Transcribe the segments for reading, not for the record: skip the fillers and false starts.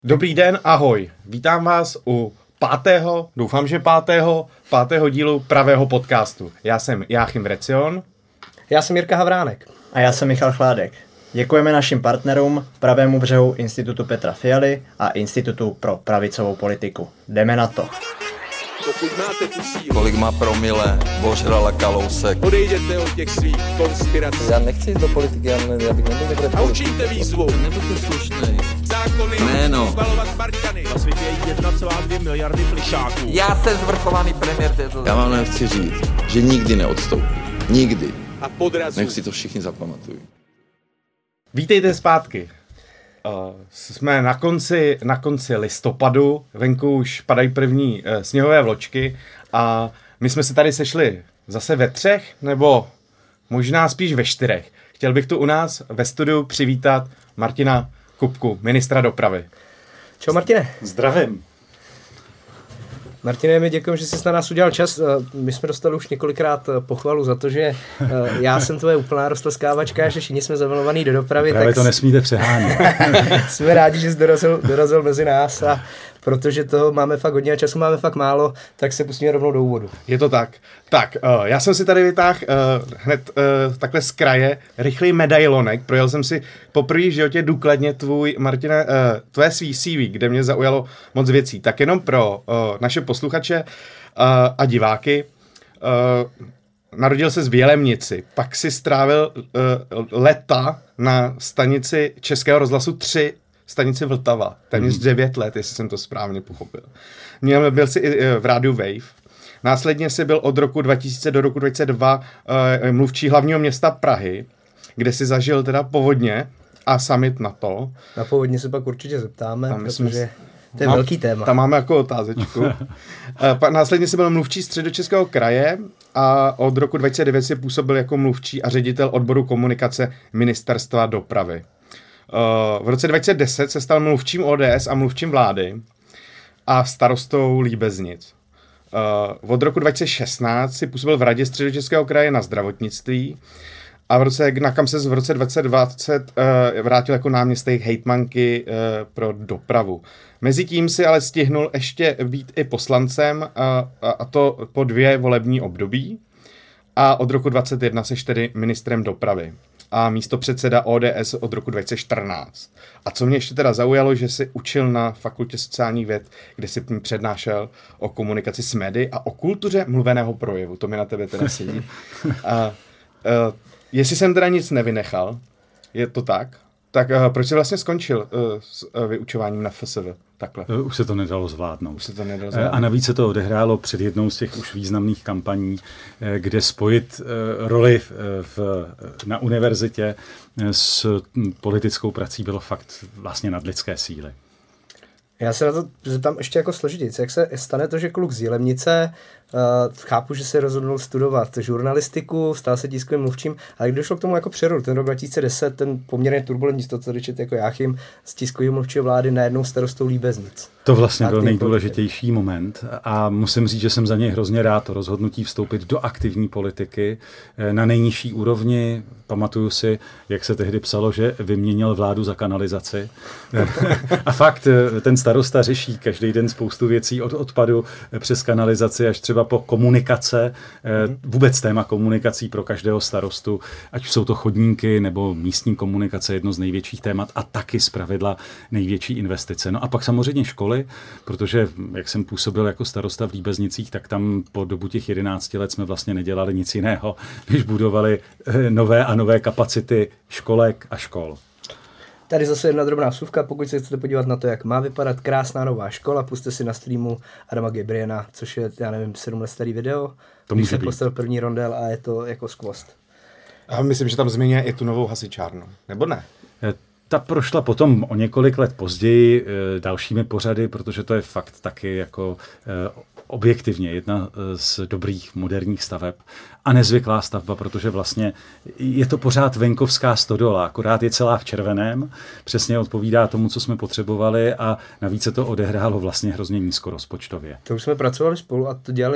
Dobrý den, ahoj. Vítám vás u doufám, že pátého dílu Pravého podcastu. Já jsem Jáchym Vrecion. Já jsem Jirka Havránek. A já jsem Michal Chládek. Děkujeme našim partnerům Pravému břehu Institutu Petra Fialy a Institutu pro pravicovou politiku. Jdeme na to. Pokud máte tu sílu. Kolik má promile, ožrala Kalousek. Odejděte od těch svých konspirací. Já nechci jít do politiky, já bych nebyl někde a učíte výzvu. Nebuďte slušnej. Zákony, zbalovat Spartany. Na světě je 1,2 miliardy plišáků. Já jsem zvrchovaný premiér této. Já vám nechci říct, že nikdy neodstoupím. Nikdy. A podrazují. Nech si to všichni zapamatují. Vítejte zpátky. Jsme na konci listopadu, venku už padají první sněhové vločky a my jsme se tady sešli zase ve 3, nebo možná spíš ve 4. Chtěl bych tu u nás ve studiu přivítat Martina Kupku, ministra dopravy. Čau Martine. Zdravím. Martine, my děkujeme, že jsi na nás udělal čas. My jsme dostali už několikrát pochvalu za to, že já jsem tvoje úplná rostlskávačka, že všichni jsme zamilovaní do dopravy. Právě tak to nesmíte přehánět. Jsme rádi, že jsi dorazil mezi nás a protože toho máme fakt hodně a času máme fakt málo, tak se pustíme rovnou do úvodu. Je to tak. Tak, já jsem si tady vytáhl hned takhle z kraje rychlý medailonek. Projel jsem si poprvé v životě důkladně tvoje CV, kde mě zaujalo moc věcí. Tak jenom pro naše posluchače a diváky. Narodil se v Jelemnici, pak si strávil léta na stanici Českého rozhlasu 3, stanici Vltava, téměř 9 let, jestli jsem to správně pochopil. Byl jsi i v rádiu Wave. Následně si byl od roku 2000 do roku 2002 mluvčí hlavního města Prahy, kde si zažil teda povodně a summit NATO. Na povodně se pak určitě zeptáme, protože to je velký téma. Tam máme jako otázečku. Následně si byl mluvčí Středočeského kraje a od roku 2009 si působil jako mluvčí a ředitel odboru komunikace Ministerstva dopravy. V roce 2010 se stal mluvčím ODS a mluvčím vlády a starostou Líbeznic. Od roku 2016 si působil v radě Středočeského kraje na zdravotnictví a kam se v roce 2020 vrátil jako náměstek hejtmanky pro dopravu. Mezitím si ale stihnul ještě být i poslancem a to po 2 volební období a od roku 2021 seš tedy ministrem dopravy a místopředseda ODS od roku 2014. A co mě ještě teda zaujalo, že jsi učil na Fakultě sociálních věd, kde jsi přednášel o komunikaci s médií a o kultuře mluveného projevu. To mi na tebe teda sedí. Jestli jsem teda nic nevynechal, je to tak? Tak proč jsi vlastně skončil s vyučováním na FSV? Takhle. Už se to nedalo zvládnout. A navíc se to odehrálo před jednou z těch už významných kampaní, kde spojit roli na univerzitě s politickou prací bylo fakt vlastně nadlidské síly. Já se na to zeptám ještě jako složitějc. Jak se stane to, že kluk z Jilemnice, chápu, že se rozhodnul studovat žurnalistiku, stal se tiskovým mluvčím, ale jak došlo k tomu jako přerod, ten rok 2010, ten poměrně turbulentní, to co čet jako Jáchym, z tiskovým mluvčího vlády najednou starostou Líbeznic. To vlastně byl nejdůležitější moment a musím říct, že jsem za něj hrozně rád, to rozhodnutí vstoupit do aktivní politiky na nejnižší úrovni. Pamatuju si, jak se tehdy psalo, že vyměnil vládu za kanalizaci. A fakt, ten starosta řeší každý den spoustu věcí od odpadu přes kanalizaci až třeba po komunikace, vůbec téma komunikací pro každého starostu, ať jsou to chodníky nebo místní komunikace, jedno z největších témat a taky zpravidla největší investice. No a pak samozřejmě školy, protože jak jsem působil jako starosta v Líbeznicích, tak tam po dobu těch 11 let jsme vlastně nedělali nic jiného, než budovali nové a nové kapacity školek a škol. Tady zase jedna drobná vsuvka, pokud se chcete podívat na to, jak má vypadat krásná nová škola, puste si na streamu Adama Gebriena, což je, 7 let starý video, když se postavil první rondel a je to jako skvost. A myslím, že tam zmiňuje i tu novou hasičárnu, nebo ne? Ta prošla potom o několik let později dalšími pořady, protože to je fakt taky jako objektivně jedna z dobrých moderních staveb a nezvyklá stavba, protože vlastně je to pořád venkovská stodola, akorát je celá v červeném, přesně odpovídá tomu, co jsme potřebovali a navíc se to odehrálo vlastně hrozně nízkorozpočtově. To už jsme pracovali spolu a to dělali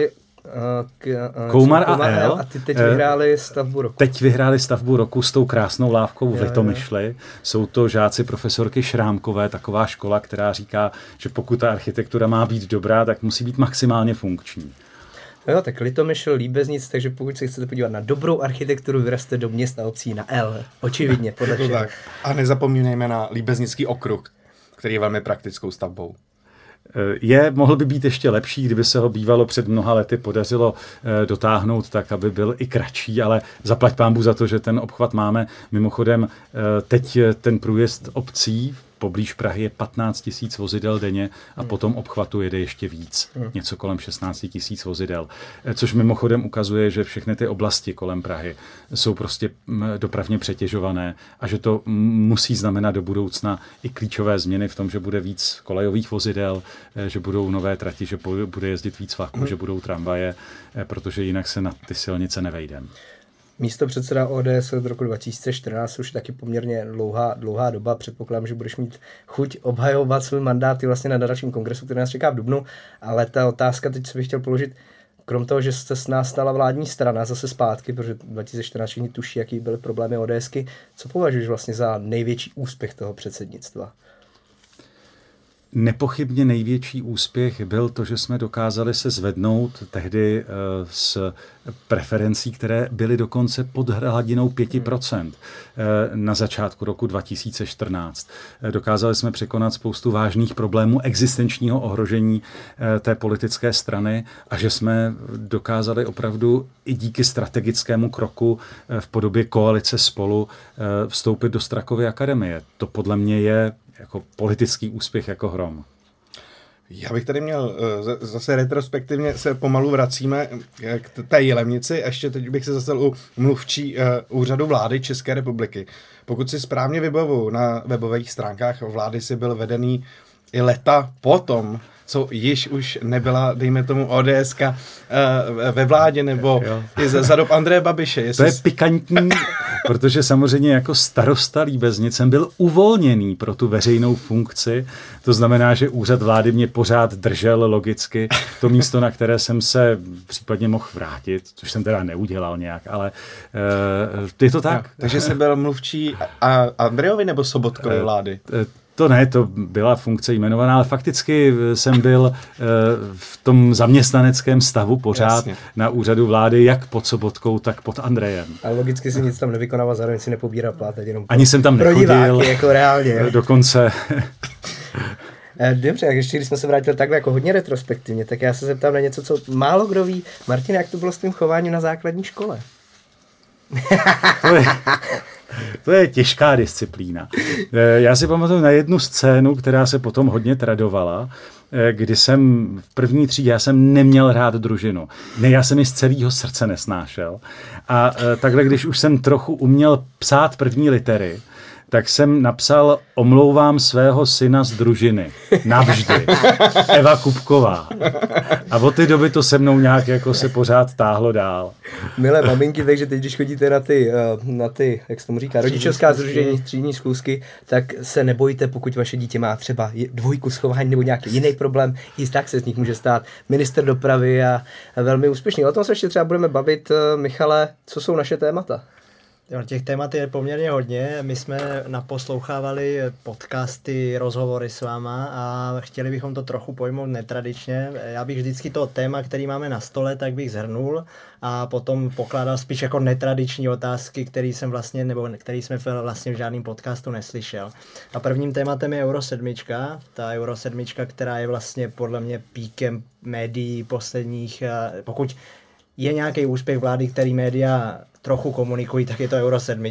Koumar a El. A ty teď vyhráli stavbu roku. Teď vyhráli stavbu roku s tou krásnou lávkou v Litomyšli. Jsou to žáci profesorky Šrámkové, taková škola, která říká, že pokud ta architektura má být dobrá, tak musí být maximálně funkční. Jo, tak Litomyšl, Líbeznic, takže pokud se chcete podívat na dobrou architekturu, vyraste do měst a obcí na L. Očividně, podle všeho. Tak. A nezapomínejme na Líbeznický okruh, který je velmi praktickou stavbou. Mohl by být ještě lepší, kdyby se ho bývalo před mnoha lety podařilo dotáhnout tak, aby byl i kratší, ale zaplať pánbůh za to, že ten obchvat máme. Mimochodem, teď ten průjezd obcí poblíž Prahy je 15 000 vozidel denně a po tom obchvatu jede ještě víc, něco kolem 16 000 vozidel. Což mimochodem ukazuje, že všechny ty oblasti kolem Prahy jsou prostě dopravně přetěžované a že to musí znamenat do budoucna i klíčové změny v tom, že bude víc kolejových vozidel, že budou nové trati, že bude jezdit víc vlaků, že budou tramvaje, protože jinak se na ty silnice nevejdeme. Místo předseda ODS od roku 2014 už taky poměrně dlouhá doba. Předpokládám, že budeš mít chuť obhajovat svůj mandát i vlastně na dalším kongresu, který nás čeká v dubnu. Ale ta otázka teď, co bych chtěl položit, krom toho, že se s nás stala vládní strana zase zpátky, protože 2014 všichni tuší, jaký byly problémy ODSky, co považuješ vlastně za největší úspěch toho předsednictva? Nepochybně největší úspěch byl to, že jsme dokázali se zvednout tehdy s preferencí, které byly dokonce pod hladinou 5% na začátku roku 2014. Dokázali jsme překonat spoustu vážných problémů existenčního ohrožení té politické strany a že jsme dokázali opravdu i díky strategickému kroku v podobě koalice Spolu vstoupit do Strakovy akademie. To podle mě je jako politický úspěch jako hrom. Já bych tady měl zase retrospektivně se pomalu vracíme k té Jilemnici a ještě teď bych se zastal u mluvčí úřadu vlády České republiky. Pokud si správně vybavuju, na webových stránkách vlády si byl vedený i leta potom, co již už nebyla, dejme tomu, ODSka ve vládě, nebo i za dob Andreje Babiše. To je pikantní, protože samozřejmě jako starosta Líbeznic jsem byl uvolněný pro tu veřejnou funkci. To znamená, že úřad vlády mě pořád držel logicky. To místo, na které jsem se případně mohl vrátit, což jsem teda neudělal nějak, ale je to tak. Takže jsi byl mluvčí Andrejovi nebo Sobotkovy vlády? To ne, to byla funkce jmenovaná, ale fakticky jsem byl v tom zaměstnaneckém stavu pořád na úřadu vlády, jak pod Sobotkou, tak pod Andrejem. Ale logicky si nic tam nevykonával, zároveň si nepobíral plat, jenom ani jsem tam nechodil, diváky, jako reálně. Dokonce. Dobře, tak ještě když jsme se vrátili takhle jako hodně retrospektivně, tak já se zeptám na něco, co málo kdo ví. Martin, jak to bylo s tím chováním na základní škole? To je těžká disciplína. Já si pamatuju na jednu scénu, která se potom hodně tradovala, kdy jsem v první třídě, já jsem neměl rád družinu. Ne, já jsem ji z celého srdce nesnášel. A takhle, když už jsem trochu uměl psát první litery, tak jsem napsal omlouvám svého syna z družiny. Navždy. Eva Kupková. A od té doby to se mnou nějak jako se pořád táhlo dál. Milé maminky, takže teď, když chodíte na ty, jak se tomu říká, rodičovská sdružení, třídní schůzky, tak se nebojte, pokud vaše dítě má třeba dvojku schování nebo nějaký jiný problém, i tak se z nich může stát ministr dopravy a velmi úspěšný. O tom se ještě třeba budeme bavit. Michale, co jsou naše témata? Těch témat je poměrně hodně. My jsme naposlouchávali podcasty, rozhovory s váma a chtěli bychom to trochu pojmout netradičně. Já bych vždycky to téma, který máme na stole, tak bych shrnul a potom pokládal spíš jako netradiční otázky, který jsme vlastně v žádném podcastu neslyšel. A prvním tématem je Euro 7. Ta Euro 7, která je vlastně podle mě píkem médií posledních, pokud je nějaký úspěch vlády, který média trochu komunikují, tak je to Euro 7.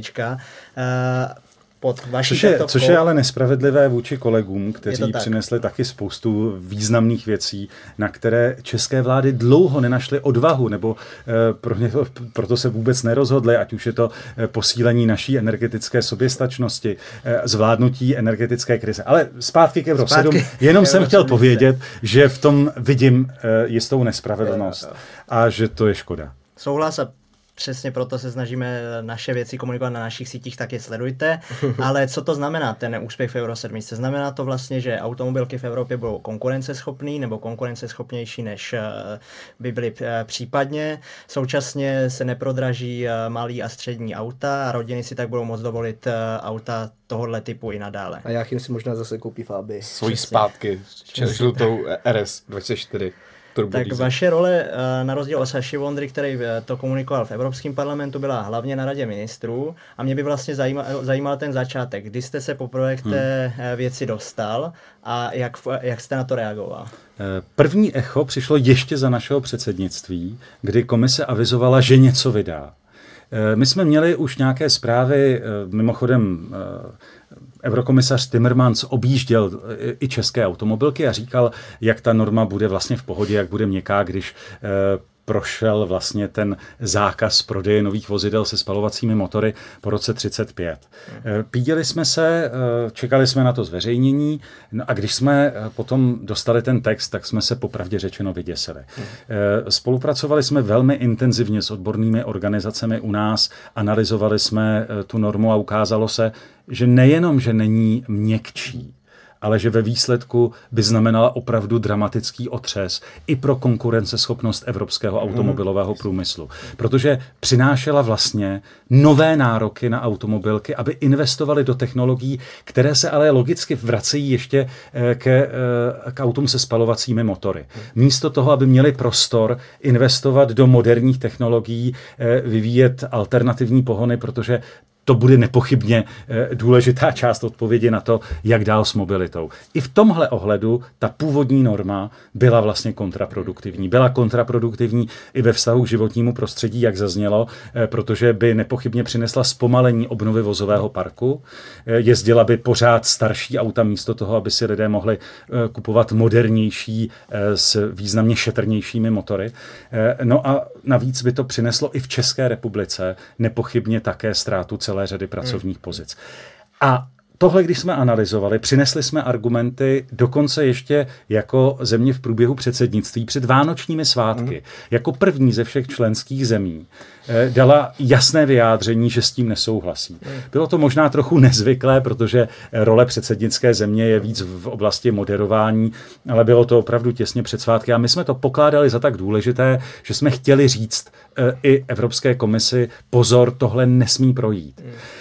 Pod vaší což je ale nespravedlivé vůči kolegům, kteří přinesli taky spoustu významných věcí, na které české vlády dlouho nenašly odvahu, nebo proto se vůbec nerozhodly, ať už je to posílení naší energetické soběstačnosti, zvládnutí energetické krize. Ale zpátky k Euro 7, jenom jsem chtěl povědět, že v tom vidím jistou nespravedlnost a že to je škoda. Souhlas a přesně proto se snažíme naše věci komunikovat na našich sítích, tak je sledujte. Ale co to znamená, ten úspěch v Euro 7? Znamená to vlastně, že automobilky v Evropě budou konkurenceschopný nebo konkurenceschopnější, než by byly případně. Současně se neprodraží malý a střední auta a rodiny si tak budou moct dovolit auta tohohle typu i nadále. A Jáchym si možná zase koupí Fabii. Svojí zpátky, žlutou RS 24. Tak vaše role, na rozdíl od Saši Vondry, který to komunikoval v Evropském parlamentu, byla hlavně na radě ministrů a mě by vlastně zajímal ten začátek. Kdy jste se poprvé k té věci dostal a jak jste na to reagoval? První echo přišlo ještě za našeho předsednictví, kdy komise avizovala, že něco vydá. My jsme měli už nějaké zprávy, mimochodem eurokomisař Timmermans objížděl i české automobilky a říkal, jak ta norma bude vlastně v pohodě, jak bude měkká, když prošel vlastně ten zákaz prodeje nových vozidel se spalovacími motory po roce 35. Píděli jsme se, čekali jsme na to zveřejnění, no a když jsme potom dostali ten text, tak jsme se popravdě řečeno vyděsili. Spolupracovali jsme velmi intenzivně s odbornými organizacemi u nás, analyzovali jsme tu normu a ukázalo se, že nejenom, že není měkčí, ale že ve výsledku by znamenala opravdu dramatický otřes i pro konkurenceschopnost evropského automobilového průmyslu. Protože přinášela vlastně nové nároky na automobilky, aby investovali do technologií, které se ale logicky vracejí ještě k autům se spalovacími motory. Místo toho, aby měli prostor investovat do moderních technologií, vyvíjet alternativní pohony, protože to bude nepochybně důležitá část odpovědi na to, jak dál s mobilitou. I v tomhle ohledu ta původní norma byla vlastně kontraproduktivní. Byla kontraproduktivní i ve vztahu k životnímu prostředí, jak zaznělo, protože by nepochybně přinesla zpomalení obnovy vozového parku. Jezdila by pořád starší auta místo toho, aby si lidé mohli kupovat modernější s významně šetrnějšími motory. No a navíc by to přineslo i v České republice nepochybně také ztrátu celé řady pracovních pozic. A tohle, když jsme analyzovali, přinesli jsme argumenty dokonce ještě jako země v průběhu předsednictví před vánočními svátky. Jako první ze všech členských zemí dala jasné vyjádření, že s tím nesouhlasí. Bylo to možná trochu nezvyklé, protože role předsednické země je víc v oblasti moderování, ale bylo to opravdu těsně před svátky a my jsme to pokládali za tak důležité, že jsme chtěli říct i Evropské komisi, pozor, tohle nesmí projít.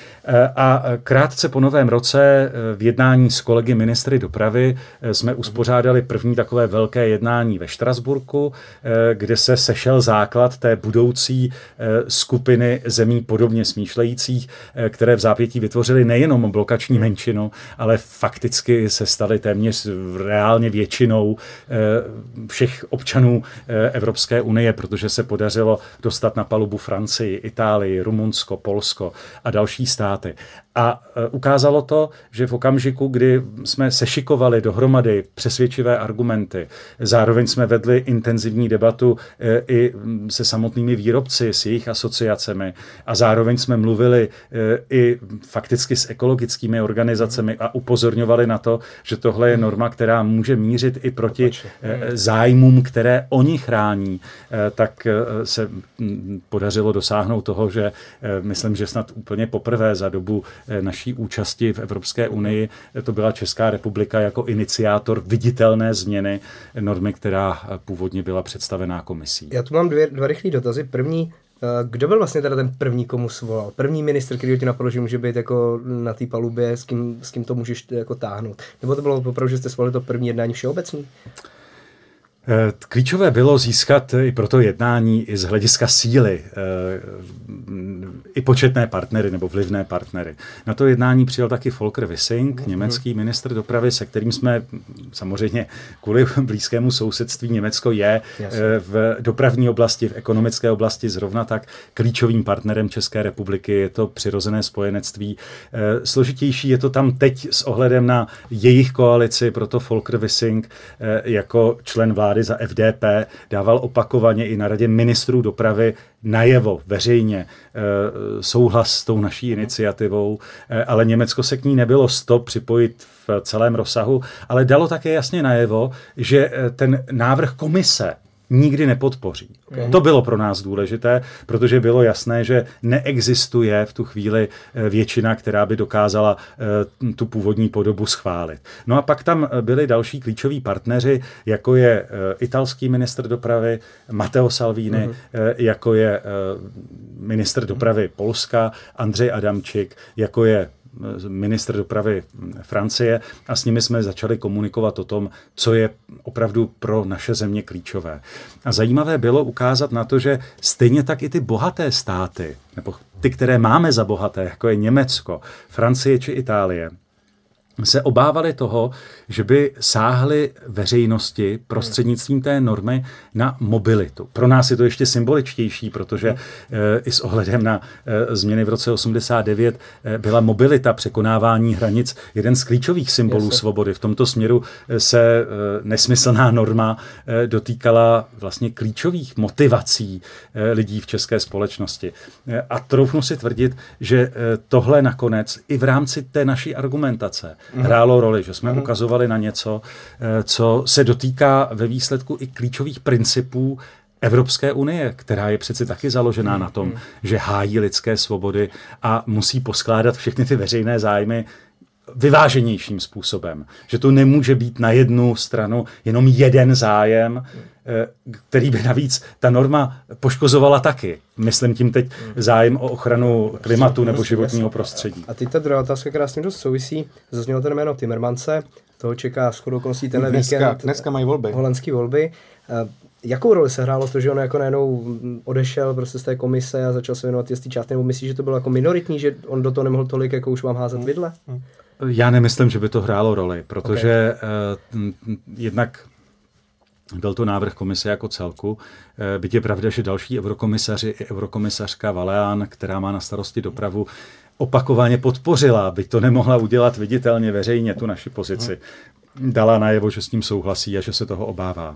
A krátce po novém roce v jednání s kolegy ministry dopravy jsme uspořádali první takové velké jednání ve Štrasburku, kde se sešel základ té budoucí skupiny zemí podobně smýšlejících, které v zápětí vytvořily nejenom blokační menšinu, ale fakticky se staly téměř reálně většinou všech občanů Evropské unie, protože se podařilo dostat na palubu Francii, Itálii, Rumunsko, Polsko a další státy. A ukázalo to, že v okamžiku, kdy jsme sešikovali dohromady přesvědčivé argumenty, zároveň jsme vedli intenzivní debatu i se samotnými výrobci, s jejich asociacemi a zároveň jsme mluvili i fakticky s ekologickými organizacemi a upozorňovali na to, že tohle je norma, která může mířit i proti zájmům, které oni chrání, tak se podařilo dosáhnout toho, že myslím, že snad úplně poprvé za dobu naší účasti v Evropské unii to byla Česká republika jako iniciátor viditelné změny normy, která původně byla představená komisí. Já tu mám dva rychlé dotazy. První, kdo byl vlastně teda ten první, komu svolal? První ministr, který ti napadl, že může být jako na té palubě, s kým to můžeš jako táhnout? Nebo to bylo opravdu, že jste svolali to první jednání všeobecný? Klíčové bylo získat i pro to jednání i z hlediska síly i početné partnery nebo vlivné partnery. Na to jednání přijel taky Volker Wissing, německý ministr dopravy, se kterým jsme samozřejmě kvůli blízkému sousedství, Německo je v dopravní oblasti, v ekonomické oblasti zrovna tak klíčovým partnerem České republiky. Je to přirozené spojenectví. Složitější je to tam teď s ohledem na jejich koalici, proto Volker Wissing jako člen vlády za FDP dával opakovaně i na radě ministrů dopravy najevo, veřejně souhlas s tou naší iniciativou, ale Německo se k ní nebylo připojit v celém rozsahu, ale dalo také jasně najevo, že ten návrh komise nikdy nepodpoří. To bylo pro nás důležité, protože bylo jasné, že neexistuje v tu chvíli většina, která by dokázala tu původní podobu schválit. No a pak tam byli další klíčoví partneři, jako je italský ministr dopravy Matteo Salvini, jako je ministr dopravy Polska Andrej Adamčik, jako je ministr dopravy Francie a s nimi jsme začali komunikovat o tom, co je opravdu pro naše země klíčové. A zajímavé bylo ukázat na to, že stejně tak i ty bohaté státy, nebo ty, které máme za bohaté, jako je Německo, Francie či Itálie, se obávali toho, že by sáhly veřejnosti prostřednictvím té normy na mobilitu. Pro nás je to ještě symboličtější, protože i s ohledem na změny v roce 89 byla mobilita, překonávání hranic, jeden z klíčových symbolů svobody. V tomto směru se nesmyslná norma dotýkala vlastně klíčových motivací lidí v české společnosti. A troufnu si tvrdit, že tohle nakonec i v rámci té naší argumentace hrálo roli, že jsme ukazovali na něco, co se dotýká ve výsledku i klíčových principů Evropské unie, která je přeci taky založená na tom, že hájí lidské svobody a musí poskládat všechny ty veřejné zájmy vyváženějším způsobem. Že to nemůže být na jednu stranu jenom jeden zájem, který by navíc ta norma poškozovala taky. Myslím tím teď zájem o ochranu klimatu nebo životního prostředí. A teď ta druhá otázka, která s tím dost souvisí. Zaznělo to jméno Timmermanse, toho čeká shodou okolností tenhle víkend. Dneska mají volby. Holandský volby. Jakou roli se hrálo to, že on jako najednou odešel prostě z té komise a začal se věnovat té části, nebo myslíš, že to bylo jako minoritní, že on do toho nemohl tolik jako už vám házet vidle? Já nemyslím, že by to hrálo roli, protože jednak byl to návrh komise jako celku. Byť je pravda, že další eurokomisaři i eurokomisařka Valean, která má na starosti dopravu, opakovaně podpořila, byť to nemohla udělat viditelně veřejně, tu naši pozici. Dala najevo, že s tím souhlasí a že se toho obává.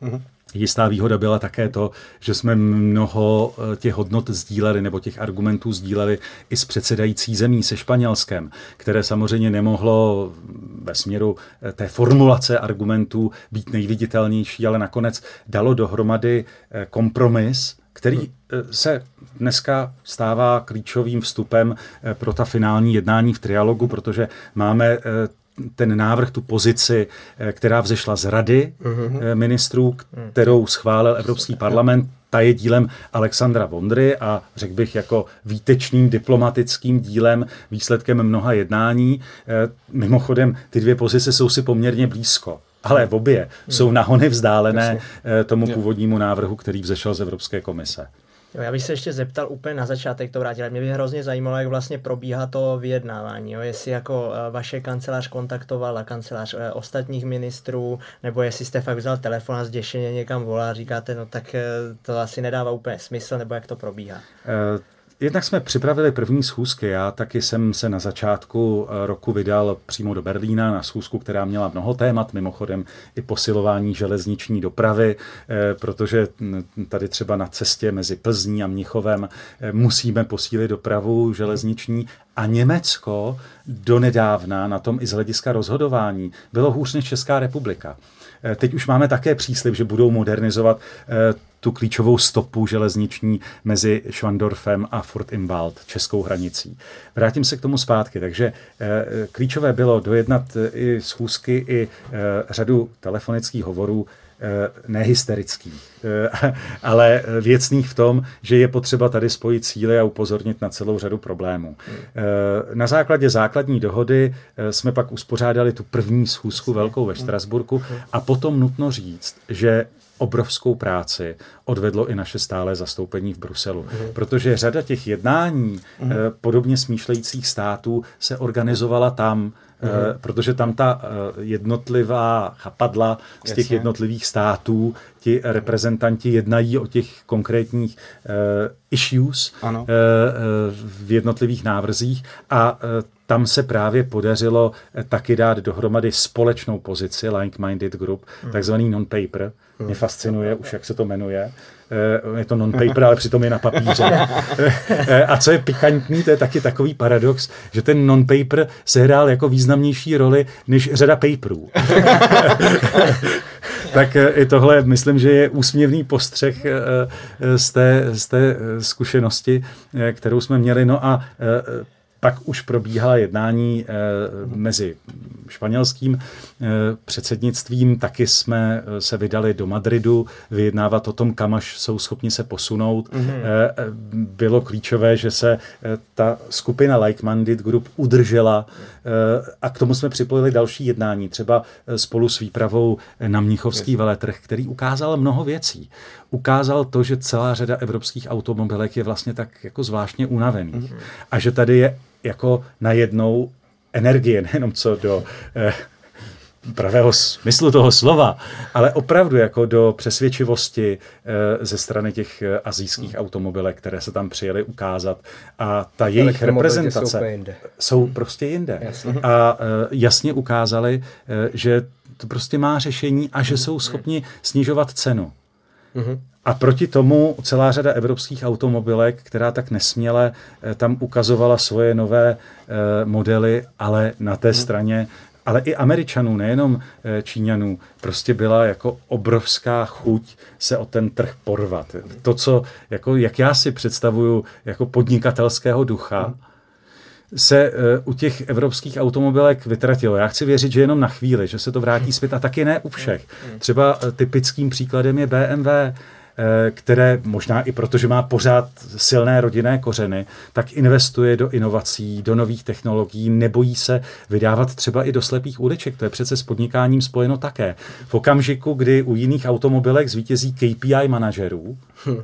Jistá výhoda byla také to, že jsme mnoho těch hodnot sdíleli nebo těch argumentů sdíleli i s předsedající zemí, se Španělskem, které samozřejmě nemohlo ve směru té formulace argumentů být nejviditelnější, ale nakonec dalo dohromady kompromis, který se dneska stává klíčovým vstupem pro ta finální jednání v trialogu, protože máme ten návrh, tu pozici, která vzešla z Rady ministrů, kterou schválil Evropský parlament, ta je dílem Alexandra Vondry a řekl bych jako výtečným diplomatickým dílem, výsledkem mnoha jednání. Mimochodem, ty dvě pozice jsou si poměrně blízko, ale obě jsou nahony vzdálené tomu původnímu návrhu, který vzešel z Evropské komise. Jo, já bych se ještě zeptal úplně na začátek to vrátil. Mě by hrozně zajímalo, jak vlastně probíhá to vyjednávání. Jo? Jestli jako vaše kancelář kontaktovala kancelář ostatních ministrů, nebo jestli jste fakt vzal telefon a zděšeně někam volá a říkáte, no tak to asi nedává úplně smysl, nebo jak to probíhá? Jednak jsme připravili první schůzky. Já taky jsem se na začátku roku vydal přímo do Berlína na schůzku, která měla mnoho témat, mimochodem i posilování železniční dopravy, protože tady třeba na cestě mezi Plzní a Mnichovem musíme posílit dopravu železniční a Německo donedávna na tom i z hlediska rozhodování bylo hůř než Česká republika. Teď už máme také příslib, že budou modernizovat tu klíčovou stopu železniční mezi Schwandorfem a Furt im Wald, českou hranicí. Vrátím se k tomu zpátky, takže klíčové bylo dojednat i schůzky, i řadu telefonických hovorů, nehysterických, ale věcných v tom, že je potřeba tady spojit síly a upozornit na celou řadu problémů. Na základě základní dohody jsme pak uspořádali tu první schůzku velkou ve Štrasburku a potom nutno říct, že obrovskou práci odvedlo i naše stálé zastoupení v Bruselu, protože řada těch jednání podobně smýšlejících států se organizovala tam, protože tam ta jednotlivá chapadla z těch jednotlivých států, ti reprezentanti jednají o těch konkrétních issues v jednotlivých návrzích a tam se právě podařilo taky dát dohromady společnou pozici, like-minded group, takzvaný non-paper. Mě fascinuje už, jak se to jmenuje. Je to non-paper, ale přitom je na papíře. A co je pikantní, to je taky takový paradox, že ten non-paper sehrál jako významnější roli než řada paperů. Tak i tohle, myslím, že je úsměvný postřeh z té zkušenosti, kterou jsme měli. No a pak už probíhala jednání mezi španělským předsednictvím, taky jsme se vydali do Madridu vyjednávat o tom, kam až jsou schopni se posunout. Bylo klíčové, že se ta skupina Like-Minded Group udržela a k tomu jsme připojili další jednání, třeba spolu s výpravou na Mnichovský veletrh, který ukázal mnoho věcí. Ukázal to, že celá řada evropských automobilek je vlastně tak jako zvláštně unavených a že tady je jako najednou energie, nejenom co do pravého smyslu toho slova, ale opravdu jako do přesvědčivosti ze strany těch asijských automobilek, které se tam přijeli ukázat. A ta jejich reprezentace jsou prostě jinde. A jasně ukázali, že to prostě má řešení a že jsou schopni snižovat cenu. A proti tomu celá řada evropských automobilek, která tak nesměle tam ukazovala svoje nové modely, ale na té straně, ale i Američanů, nejenom Číňanů, prostě byla jako obrovská chuť se o ten trh porvat. To, co, jako, jak já si představuju jako podnikatelského ducha, se u těch evropských automobilek vytratilo. Já chci věřit, že jenom na chvíli, že se to vrátí zpět a taky ne u všech. Třeba typickým příkladem je BMW, které možná i proto, že má pořád silné rodinné kořeny, tak investuje do inovací, do nových technologií, nebojí se vydávat třeba i do slepých uliček. To je přece s podnikáním spojeno také. V okamžiku, kdy u jiných automobilek zvítězí KPI manažerů,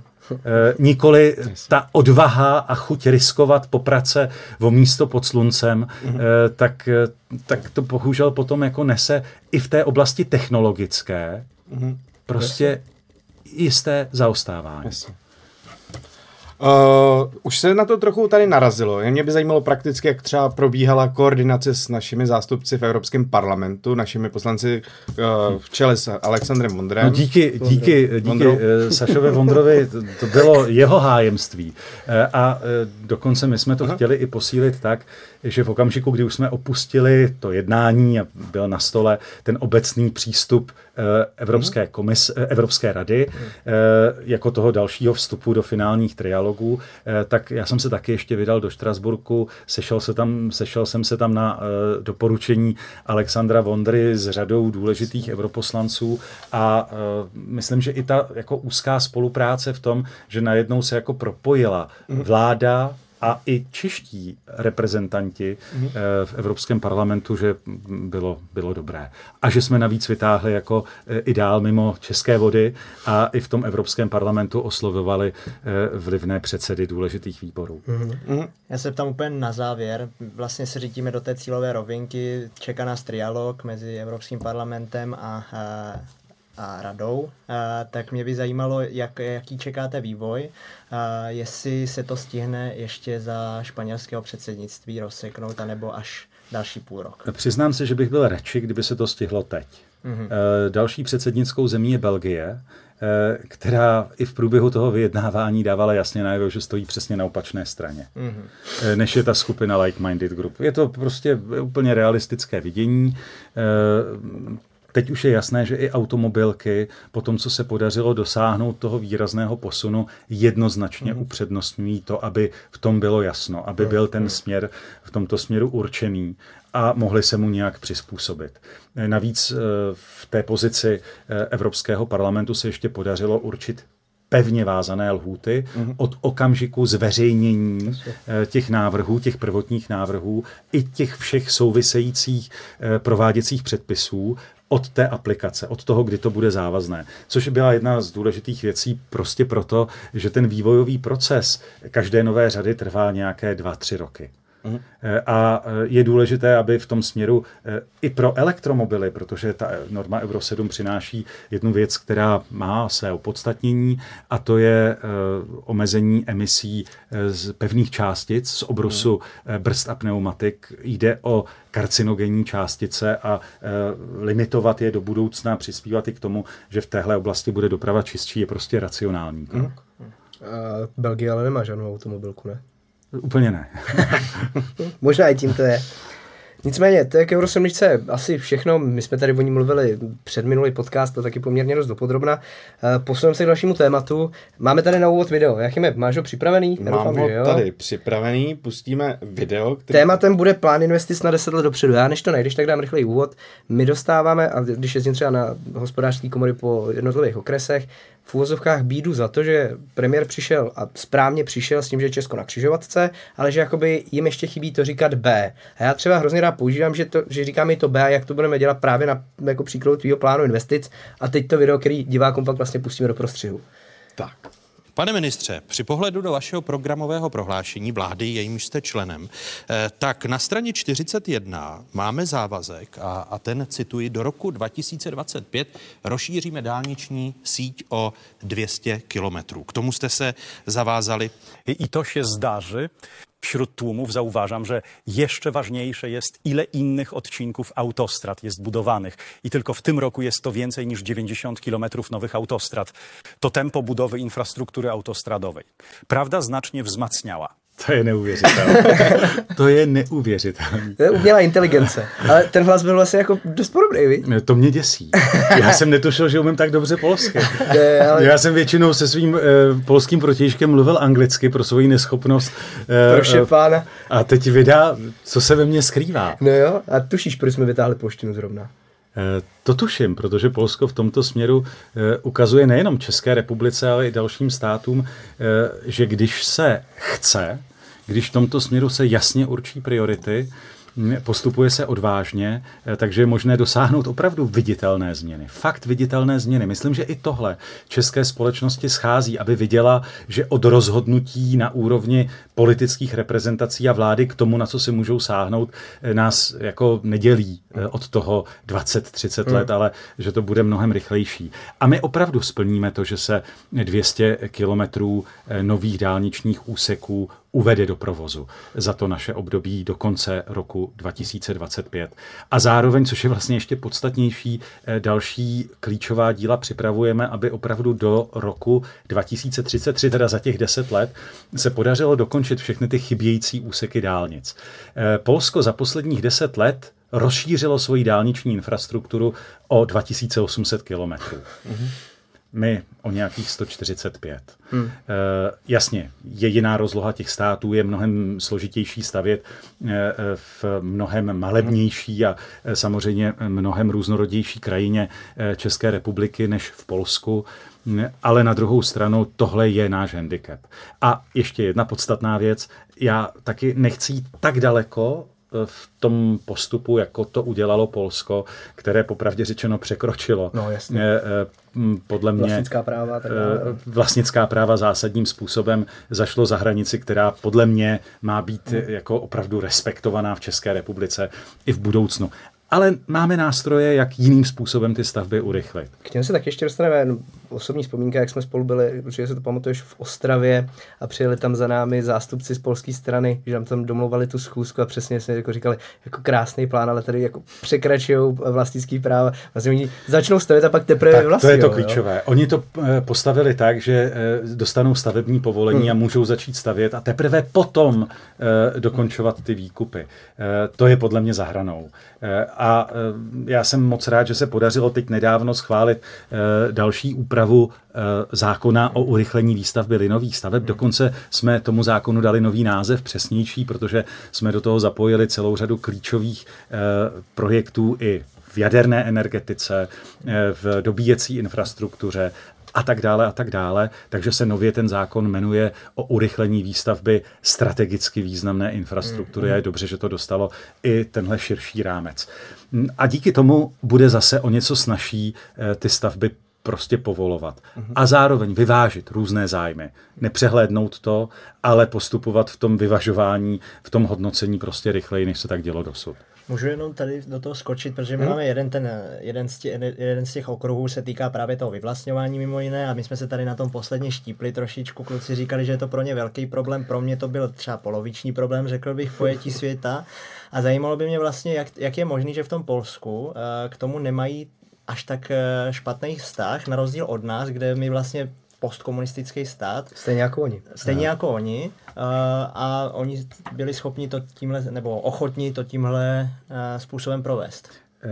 nikoli ta odvaha a chuť riskovat poprace o místo pod sluncem, tak to bohužel potom jako nese i v té oblasti technologické prostě jisté zaostávání. Jasně. Už se na to trochu tady narazilo. Mě by zajímalo prakticky, jak třeba probíhala koordinace s našimi zástupci v Evropském parlamentu, našimi poslanci v čele s Alexandrem Vondrem. No díky Sašovi Vondrovi, to bylo jeho hájemství. A dokonce my jsme to chtěli i posílit tak, že v okamžiku, kdy už jsme opustili to jednání a byl na stole ten obecný přístup Evropské rady jako toho dalšího vstupu do finálních trialogů, tak já jsem se taky ještě vydal do Štrasburku, sešel jsem se tam na doporučení Alexandra Vondry s řadou důležitých europoslanců a myslím, že i ta jako úzká spolupráce v tom, že najednou se jako propojila vláda a i čeští reprezentanti v Evropském parlamentu, že bylo dobré. A že jsme navíc vytáhli jako ideál mimo české vody a i v tom Evropském parlamentu oslovovali vlivné předsedy důležitých výborů. Já se ptám úplně na závěr. Vlastně se řítíme do té cílové rovinky. Čeká nás trialog mezi Evropským parlamentem a radou, tak mě by zajímalo, jaký čekáte vývoj, jestli se to stihne ještě za španělského předsednictví rozseknout, anebo až další půl rok. Přiznám se, že bych byl radši, kdyby se to stihlo teď. Další předsednickou zemí je Belgie, která i v průběhu toho vyjednávání dávala jasně najevo, že stojí přesně na opačné straně, než je ta skupina Like-Minded Group. Je to prostě úplně realistické vidění. Teď už je jasné, že i automobilky po tom, co se podařilo dosáhnout toho výrazného posunu, jednoznačně upřednostňují to, aby v tom bylo jasno, aby byl ten směr v tomto směru určený a mohli se mu nějak přizpůsobit. Navíc v té pozici Evropského parlamentu se ještě podařilo určit pevně vázané lhůty od okamžiku zveřejnění těch návrhů, těch prvotních návrhů i těch všech souvisejících prováděcích předpisů od té aplikace, od toho, kdy to bude závazné. Což byla jedna z důležitých věcí prostě proto, že ten vývojový proces každé nové řady trvá nějaké 2-3 roky. A je důležité, aby v tom směru i pro elektromobily, protože ta norma Euro 7 přináší jednu věc, která má své opodstatnění, a to je omezení emisí z pevných částic, z obrusu brzd a pneumatik. Jde o karcinogenní částice a limitovat je do budoucna, přispívat i k tomu, že v téhle oblasti bude doprava čistší, je prostě racionální krok. Belgie ale nemá žádnou automobilku, ne? Úplně ne. Možná i tím to je. Nicméně, to je k Euro 7 asi všechno. My jsme tady o ní mluvili před minulý podcast, to taky poměrně dost dopodrobna. Posuneme se k dalšímu tématu. Máme tady na úvod video. Jakime, máš ho připravený? Mám ho tady připravený, pustíme video. Tématem bude plán investic na 10 let dopředu. Já než to najdeš, tak dám rychlej úvod. My dostáváme, a když jezdím třeba na hospodářský komory po jednotlivých okresech, v úvozovkách bídu za to, že premiér přišel a správně přišel s tím, že je Česko na křižovatce, ale že jakoby jim ještě chybí to říkat B. A já třeba hrozně rád používám, že říkáme to B, jak to budeme dělat právě na jako příkladu tvýho plánu investic. A teď to video, který divákům pak vlastně pustíme do prostřihu. Tak. Pane ministře, při pohledu do vašeho programového prohlášení vlády, jejímž jste členem, tak na straně 41 máme závazek, a ten cituji, do roku 2025 rozšíříme dálniční síť o 200 kilometrů. K tomu jste se zavázali. I to się zdarzy. Wśród tłumów zauważam, że jeszcze ważniejsze jest, ile innych odcinków autostrad jest budowanych. I tylko w tym roku jest to więcej niż 90 kilometrów nowych autostrad. To tempo budowy infrastruktury autostradowej. Prawda znacznie wzmacniała. To je neuvěřitelné. To je neuvěřitelné. To je umělá inteligence. Ale ten hlas byl vlastně jako dost podobný, viď? To mě děsí. Já jsem netušil, že umím tak dobře polsky. Já jsem většinou se svým polským protějškem mluvil anglicky pro svoji neschopnost. Proše pána. A teď vydá, co se ve mně skrývá. No jo, a tušíš, proč jsme vytáhli polštinu zrovna? To tuším, protože Polsko v tomto směru ukazuje nejenom České republice, ale i dalším státům, že když se chce, když v tomto směru se jasně určí priority, postupuje se odvážně, takže je možné dosáhnout opravdu viditelné změny. Fakt viditelné změny. Myslím, že i tohle české společnosti schází, aby viděla, že od rozhodnutí na úrovni politických reprezentací a vlády k tomu, na co si můžou sáhnout, nás jako nedělí od toho 20-30 let, ale že to bude mnohem rychlejší. A my opravdu splníme to, že se 200 kilometrů nových dálničních úseků uvede do provozu za to naše období do konce roku 2025. A zároveň, což je vlastně ještě podstatnější, další klíčová díla připravujeme, aby opravdu do roku 2033, teda za těch 10 let, se podařilo dokončit všechny ty chybějící úseky dálnic. Polsko za posledních 10 let rozšířilo svoji dálniční infrastrukturu o 2800 kilometrů. My o nějakých 145. Jasně, je jiná rozloha těch států, je mnohem složitější stavět v mnohem malebnější a samozřejmě mnohem různorodější krajině České republiky než v Polsku, ale na druhou stranu tohle je náš handicap. A ještě jedna podstatná věc, já taky nechci jít tak daleko v tom postupu, jako to udělalo Polsko, které popravdě řečeno překročilo. No, jasně. Podle mě vlastnická práva zásadním způsobem zašlo za hranici, která podle mě má být jako opravdu respektovaná v České republice i v budoucnu. Ale máme nástroje, jak jiným způsobem ty stavby urychlit. K těm se tak ještě dostaneme osobní vzpomínka, jak jsme spolu byli, určitě si to pamatuješ, v Ostravě a přijeli tam za námi zástupci z polské strany, že nám tam domlouvali tu schůzku a přesně jsme jako říkali, jako krásný plán, ale tady jako překračují vlastnický práva. Vlastně oni začnou stavět a pak teprve vlastní. To je to klíčové. Jo? Oni to postavili tak, že dostanou stavební povolení a můžou začít stavět a teprve potom dokončovat ty výkupy. To je podle mě za hranou. A já jsem moc rád, že se podařilo teď nedávno schválit další úpravu zákona o urychlení výstavby linových staveb. Dokonce jsme tomu zákonu dali nový název, přesnější, protože jsme do toho zapojili celou řadu klíčových projektů i v jaderné energetice, v dobíjecí infrastruktuře a tak dále. Takže se nově ten zákon jmenuje o urychlení výstavby strategicky významné infrastruktury a je dobře, že to dostalo i tenhle širší rámec. A díky tomu bude zase o něco snazší ty stavby prostě povolovat. A zároveň vyvážit různé zájmy. Nepřehlédnout to, ale postupovat v tom vyvažování, v tom hodnocení prostě rychleji, než se tak dělo dosud. Můžu jenom tady do toho skočit, protože my máme jeden z těch okruhů se týká právě toho vyvlastňování mimo jiné a my jsme se tady na tom posledně štípli trošičku, kluci říkali, že je to pro ně velký problém, pro mě to byl třeba poloviční problém, řekl bych, pojetí světa a zajímalo by mě vlastně, jak je možný, že v tom Polsku k tomu nemají až tak špatný vztah, na rozdíl od nás, kde my vlastně postkomunistický stát. Stejně jako oni. A oni byli schopni to tímhle, nebo ochotní to tímhle způsobem provést.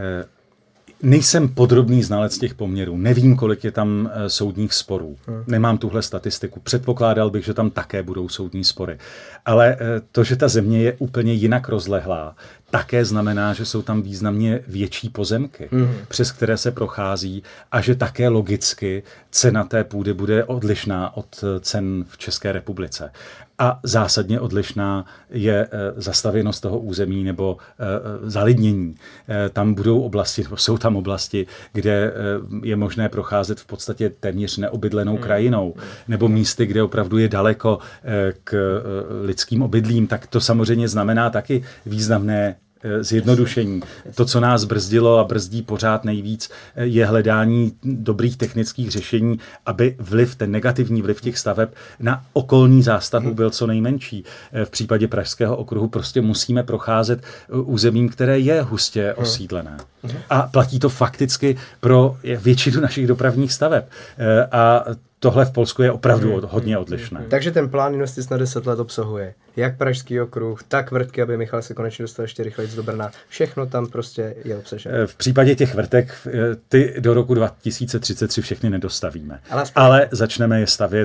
Nejsem podrobný znalec těch poměrů. Nevím, kolik je tam soudních sporů. Nemám tuhle statistiku. Předpokládal bych, že tam také budou soudní spory. Ale to, že ta země je úplně jinak rozlehlá, také znamená, že jsou tam významně větší pozemky, přes které se prochází a že také logicky cena té půdy bude odlišná od cen v České republice. A zásadně odlišná je zastavěnost toho území nebo zalidnění. Tam budou oblasti, nebo jsou tam oblasti, kde je možné procházet v podstatě téměř neobydlenou krajinou, nebo místy, kde opravdu je daleko k lidským obydlím, tak to samozřejmě znamená taky významné zjednodušení. To, co nás brzdilo a brzdí pořád nejvíc, je hledání dobrých technických řešení, aby ten negativní vliv těch staveb na okolní zástavbu byl co nejmenší. V případě Pražského okruhu prostě musíme procházet územím, které je hustě osídlené. A platí to fakticky pro většinu našich dopravních staveb. A tohle v Polsku je opravdu hodně odlišné. Takže ten plán investic na 10 let obsahuje jak Pražský okruh, tak vrtky, aby Michal se konečně dostal ještě rychleji do Brna. Všechno tam prostě je obsažené. V případě těch vrtek ty do roku 2033 všechny nedostavíme. Ale začneme je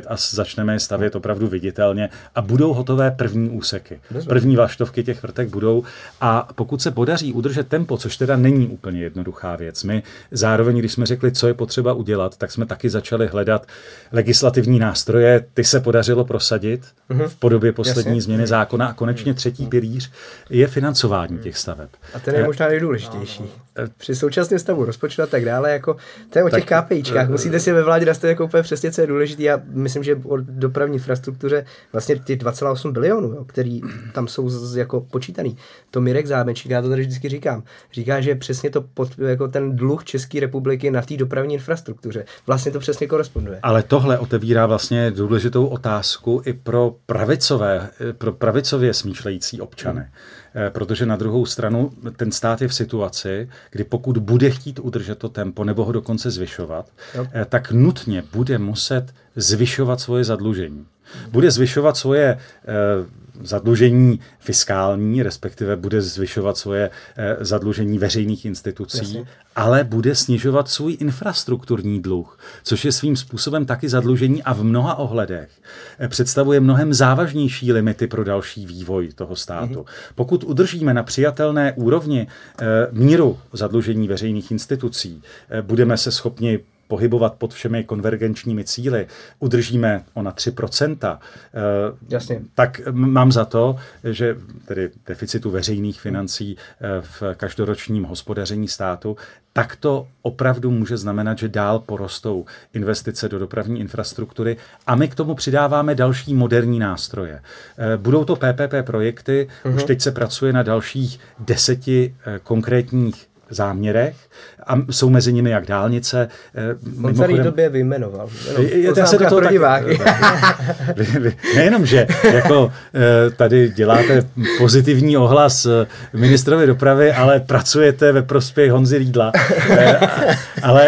stavět opravdu viditelně a budou hotové první úseky. První vlaštovky těch vrtek budou a pokud se podaří udržet tempo, což teda není úplně jednoduchá věc. My zároveň, když jsme řekli, co je potřeba udělat, tak jsme taky začali hledat legislativní nástroje. Ty se podařilo prosadit v podobě poslední změny zákona a konečně třetí pilíř je financování těch staveb. A ten je možná nejdůležitější. Při současném stavu rozpočtu a tak dále, jako to je o těch KPIčkách. Musíte si ve vládě nastavit jako úplně přesně, co je důležité. Já myslím, že o dopravní infrastruktuře vlastně ty 2,8 bilionů, který tam jsou jako počítaný. To Mirek Zámečík, já to tady vždycky říkám, říká, že přesně to jako ten dluh České republiky na té dopravní infrastruktuře. Vlastně to přesně koresponduje. Ale tohle otevírá vlastně důležitou otázku i pro pravicově smýšlející občany. Protože na druhou stranu ten stát je v situaci, kdy pokud bude chtít udržet to tempo nebo ho dokonce zvyšovat, tak nutně bude muset zvyšovat svoje zadlužení. Bude zvyšovat svoje zadlužení fiskální, respektive bude zvyšovat svoje zadlužení veřejných institucí, ale bude snižovat svůj infrastrukturní dluh, což je svým způsobem taky zadlužení a v mnoha ohledech představuje mnohem závažnější limity pro další vývoj toho státu. Pokud udržíme na přijatelné úrovni míru zadlužení veřejných institucí, budeme se schopni pohybovat pod všemi konvergenčními cíli, udržíme ona 3%, tak mám za to, že tedy deficitu veřejných financí v každoročním hospodaření státu, tak to opravdu může znamenat, že dál porostou investice do dopravní infrastruktury a my k tomu přidáváme další moderní nástroje. Budou to PPP projekty, už teď se pracuje na dalších 10 konkrétních záměrech a jsou mezi nimi jak dálnice. On celý době vyjmenoval. Já se do toho nejenom, že jako tady děláte pozitivní ohlas ministrovi dopravy, pracujete ve prospěch Honzy Riedla. Ale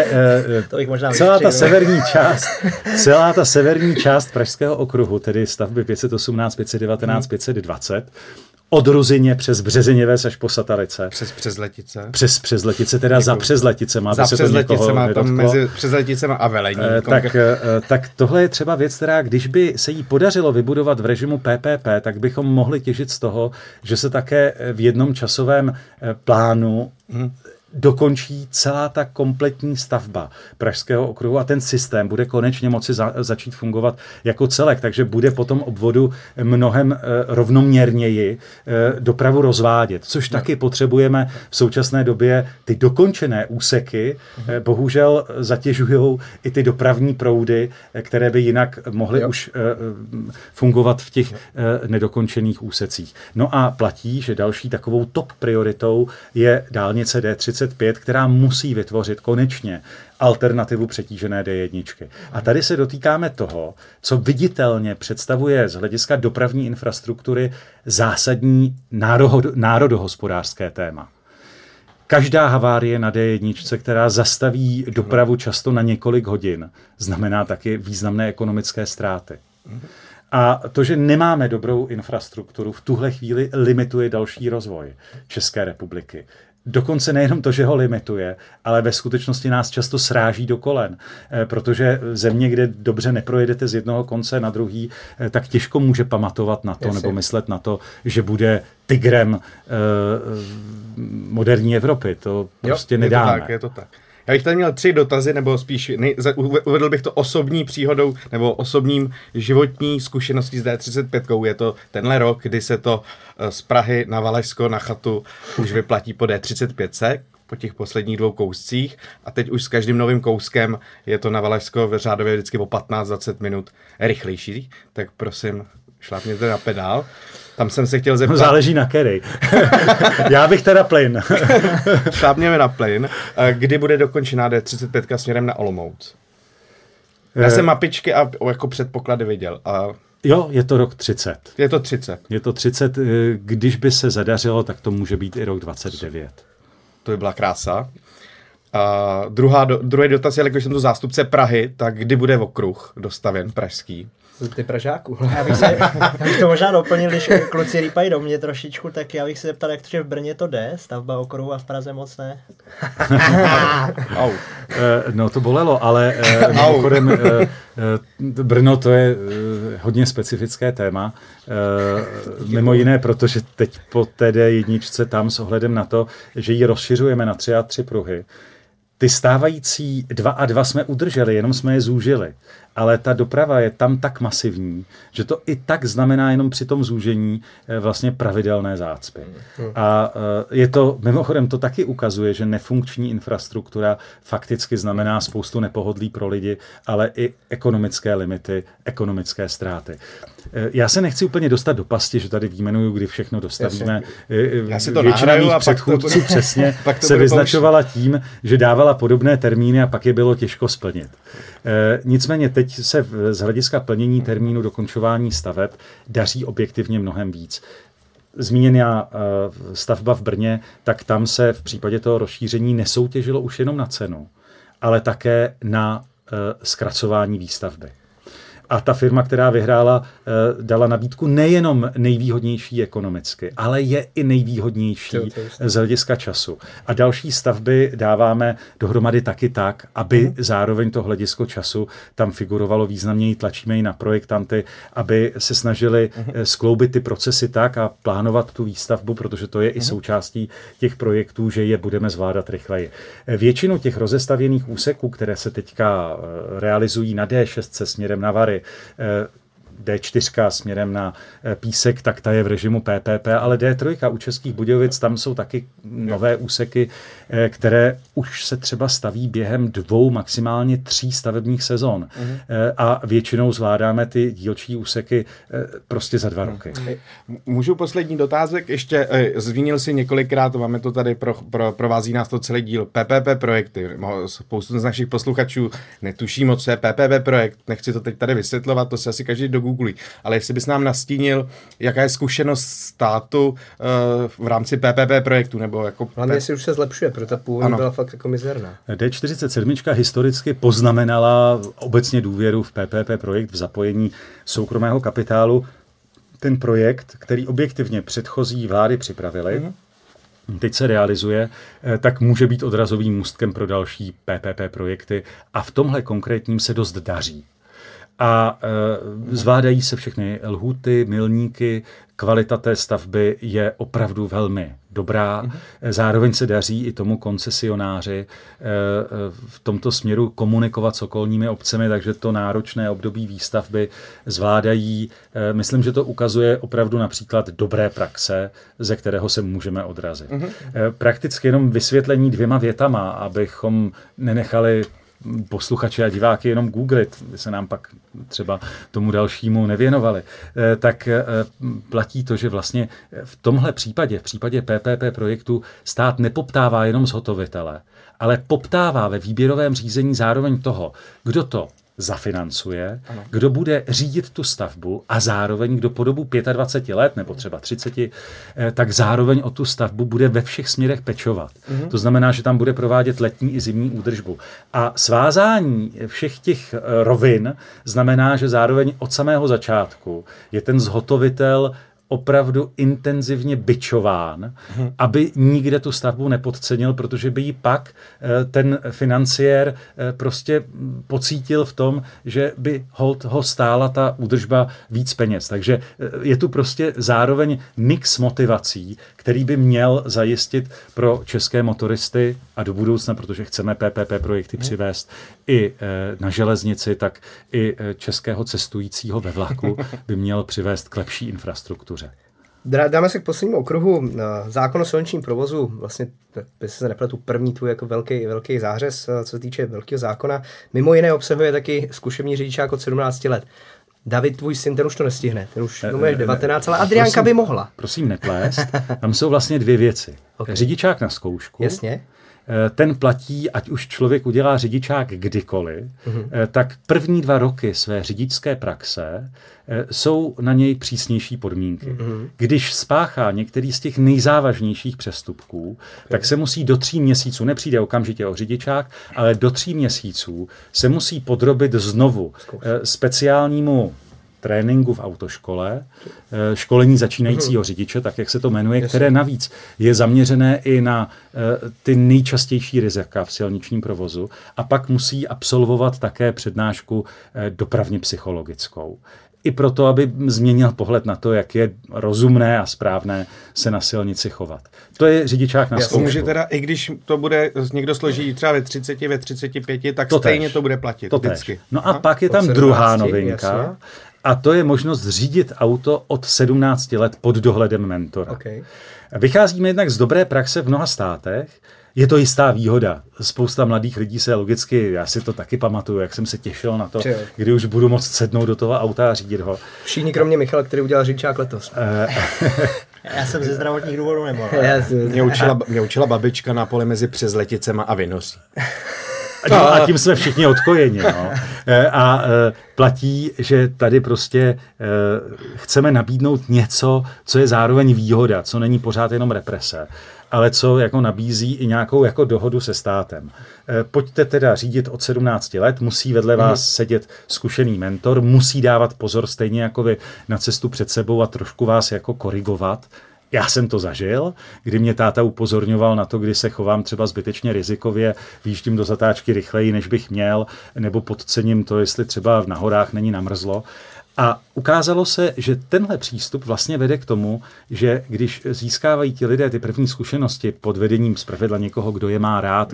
celá ta severní část Pražského okruhu, tedy stavby 518, 519, 520, od Ruzyně přes Březiněves až po Satalice. Přes Letice. Přes Letice, teda za přes Letice. Za přes Letice má tam mezi přes Leticema a Velení. Tak tohle je třeba věc, která když by se jí podařilo vybudovat v režimu PPP, tak bychom mohli těžit z toho, že se také v jednom časovém plánu dokončí celá ta kompletní stavba Pražského okruhu a ten systém bude konečně moci začít fungovat jako celek, takže bude po tom obvodu mnohem rovnoměrněji dopravu rozvádět, což taky potřebujeme v současné době. Ty dokončené úseky bohužel zatěžují i ty dopravní proudy, které by jinak mohly už fungovat v těch nedokončených úsecích. No a platí, že další takovou top prioritou je dálnice D35, která musí vytvořit konečně alternativu přetížené D1. A tady se dotýkáme toho, co viditelně představuje z hlediska dopravní infrastruktury zásadní národohospodářské téma. Každá havárie na D1, která zastaví dopravu často na několik hodin, znamená taky významné ekonomické ztráty. A to, že nemáme dobrou infrastrukturu, v tuhle chvíli limituje další rozvoj České republiky. Dokonce nejenom to, že ho limituje, ale ve skutečnosti nás často sráží do kolen, protože země, kde dobře neprojedete z jednoho konce na druhý, tak těžko může pamatovat na to nebo myslet na to, že bude tigrem moderní Evropy. To prostě nedáme. Je to tak. Já bych tady měl 3 dotazy, nebo spíš uvedl bych to osobní příhodou nebo osobním životní zkušeností s D35. Je to tenhle rok, kdy se to z Prahy na Valašsko na chatu už vyplatí po D35, po těch posledních 2 kouscích a teď už s každým novým kouskem je to na Valašsko řádově vždycky o 15-20 minut rychlejší, tak prosím, šlápněte na pedál. Tam jsem se chtěl zeptat... No, záleží na který. Já bych teda plyn. Šlápněme na plyn. Kdy bude dokončená D35 směrem na Olomouc? Já jsem mapičky a jako předpoklady viděl. Jo, je to rok 30. Je to 30. Je to 30. Když by se zadařilo, tak to může být i rok 29. To by byla krása. Druhý dotaz je, jakož jsem tu zástupce Prahy, tak kdy bude okruh dostavěn pražský? Ty Pražáků. Já bych to možná doplnil, když kluci rýpají do mě trošičku, tak já bych se zeptal, jak to, že v Brně to jde, stavba okruhu a v Praze moc ne. No to bolelo, ale mimochodem Brno to je hodně specifické téma. Mimo jiné, protože teď po té D1 tam s ohledem na to, že ji rozšiřujeme na 3 a 3 pruhy, ty stávající 2 a 2 jsme udrželi, jenom jsme je zúžili. Ale ta doprava je tam tak masivní, že to i tak znamená jenom při tom zúžení vlastně pravidelné zácpy. A je to, mimochodem to taky ukazuje, že nefunkční infrastruktura fakticky znamená spoustu nepohodlí pro lidi, ale i ekonomické limity, ekonomické ztráty. Já se nechci úplně dostat do pasti, že tady výjmenuju, kdy všechno dostavíme. Většina mých předchůdců přesně se vyznačovala tím, že dávala podobné termíny a pak je bylo těžko splnit. Nicméně teď se z hlediska plnění termínu dokončování staveb daří objektivně mnohem víc. Zmíněná stavba v Brně, tak tam se v případě toho rozšíření nesoutěžilo už jenom na cenu, ale také na zkracování výstavby. A ta firma, která vyhrála, dala nabídku nejenom nejvýhodnější ekonomicky, ale je i nejvýhodnější z hlediska času. A další stavby dáváme dohromady taky tak, aby zároveň to hledisko času tam figurovalo významněji, tlačíme i na projektanty, aby se snažili skloubit ty procesy tak a plánovat tu výstavbu, protože to je i součástí těch projektů, že je budeme zvládat rychleji. Většinu těch rozestavěných úseků, které se teďka realizují na D6 směrem na Vary, D4 směrem na Písek, tak ta je v režimu PPP, ale D3 u Českých Budějovic, tam jsou taky nové úseky, které už se třeba staví během 2, maximálně 3 stavebních sezon. A většinou zvládáme ty dílčí úseky prostě za 2 roky. Můžu poslední dotázek? Ještě zmínil si několikrát, máme to tady, provází nás to celý díl, PPP projekty. Spoustu z našich posluchačů netuší moc, co je PPP projekt. Nechci to teď tady vysvětlovat, to se asi každý dogooglí. Ale jestli bys nám nastínil, jaká je zkušenost státu v rámci PPP projektu, nebo jako... Hlavně jestli už se zlepšuje, protože ta původní byla fakt jako mizerná. D47 historicky poznamenala obecně důvěru v PPP projekt, v zapojení soukromého kapitálu. Ten projekt, který objektivně předchozí vlády připravily, teď se realizuje, tak může být odrazovým můstkem pro další PPP projekty a v tomhle konkrétním se dost daří. A zvládají se všechny lhůty, milníky, kvalita té stavby je opravdu velmi dobrá. Zároveň se daří i tomu koncesionáři v tomto směru komunikovat s okolními obcemi, takže to náročné období výstavby zvládají. Myslím, že to ukazuje opravdu například dobré praxe, ze kterého se můžeme odrazit. Prakticky jenom vysvětlení 2 větama, abychom nenechali posluchače a diváky jenom googlit, by se nám pak třeba tomu dalšímu nevěnovali, tak platí to, že vlastně v tomhle případě, v případě PPP projektu, stát nepoptává jenom zhotovitele, ale poptává ve výběrovém řízení zároveň toho, kdo to zafinancuje, kdo bude řídit tu stavbu a zároveň, kdo po dobu 25 let nebo třeba 30, tak zároveň o tu stavbu bude ve všech směrech pečovat. To znamená, že tam bude provádět letní i zimní údržbu. A svázání všech těch rovin znamená, že zároveň od samého začátku je ten zhotovitel opravdu intenzivně bičován, aby nikde tu stavbu nepodcenil, protože by ji pak ten financiér prostě pocítil v tom, že by ho stála ta údržba víc peněz. Takže je tu prostě zároveň mix motivací, který by měl zajistit pro české motoristy a do budoucna, protože chceme PPP projekty přivést i na železnici, tak i českého cestujícího ve vlaku by měl přivést k lepší infrastruktuře. Dáme se k poslednímu okruhu. Zákon o silničním provozu, vlastně, by se nepletu, první tvůj jako velký zářez, co se týče velkého zákona. Mimo jiné obsahuje taky zkušební řidičák od 17 let. David, tvůj syn, ten už to nestihne. Ten už je 19, ale Adriánka by mohla. Prosím neplést. Tam jsou vlastně dvě věci. Okay. Řidičák na zkoušku. Jasně. Ten platí, ať už člověk udělá řidičák kdykoliv, tak první 2 roky své řidičské praxe jsou na něj přísnější podmínky. Když spáchá některý z těch nejzávažnějších přestupků, tak se musí do 3 měsíců, nepřijde okamžitě o řidičák, ale do 3 měsíců se musí podrobit znovu speciálnímu tréninku v autoškole, školení začínajícího řidiče, tak jak se to jmenuje, které navíc je zaměřené i na ty nejčastější rizika v silničním provozu a pak musí absolvovat také přednášku dopravně psychologickou. I proto, aby změnil pohled na to, jak je rozumné a správné se na silnici chovat. To je řidičák na zkoušku. Že teda, i když to bude někdo složí třeba ve 30, ve 35, tak to stejně to bude platit. To vždycky. No a pak je tam druhá novinka. Jasně. A to je možnost řídit auto od 17 let pod dohledem mentora. Okay. Vycházíme jednak z dobré praxe v mnoha státech. Je to jistá výhoda. Spousta mladých lidí se logicky, já si to taky pamatuju, jak jsem se těšil na to, kdy už budu moct sednout do toho auta a řídit ho. Všichni kromě Michala, který udělal řidičák letos. Já jsem ze zdravotních důvodů nemohl. Mě učila babička na poli mezi Přezleticema a Vinoří. No a tím jsme všichni odkojeni. No. A platí, že tady prostě chceme nabídnout něco, co je zároveň výhoda, co není pořád jenom represe, ale co jako nabízí i nějakou jako dohodu se státem. Pojďte teda řídit od 17 let, musí vedle vás sedět zkušený mentor, musí dávat pozor stejně jako vy na cestu před sebou a trošku vás jako korigovat. Já jsem to zažil, kdy mě táta upozorňoval na to, kdy se chovám třeba zbytečně rizikově, výjíždím do zatáčky rychleji, než bych měl, nebo podcením to, jestli třeba na horách není namrzlo. A ukázalo se, že tenhle přístup vlastně vede k tomu, že když získávají ti lidé ty první zkušenosti pod vedením zpravidla někoho, kdo je má rád,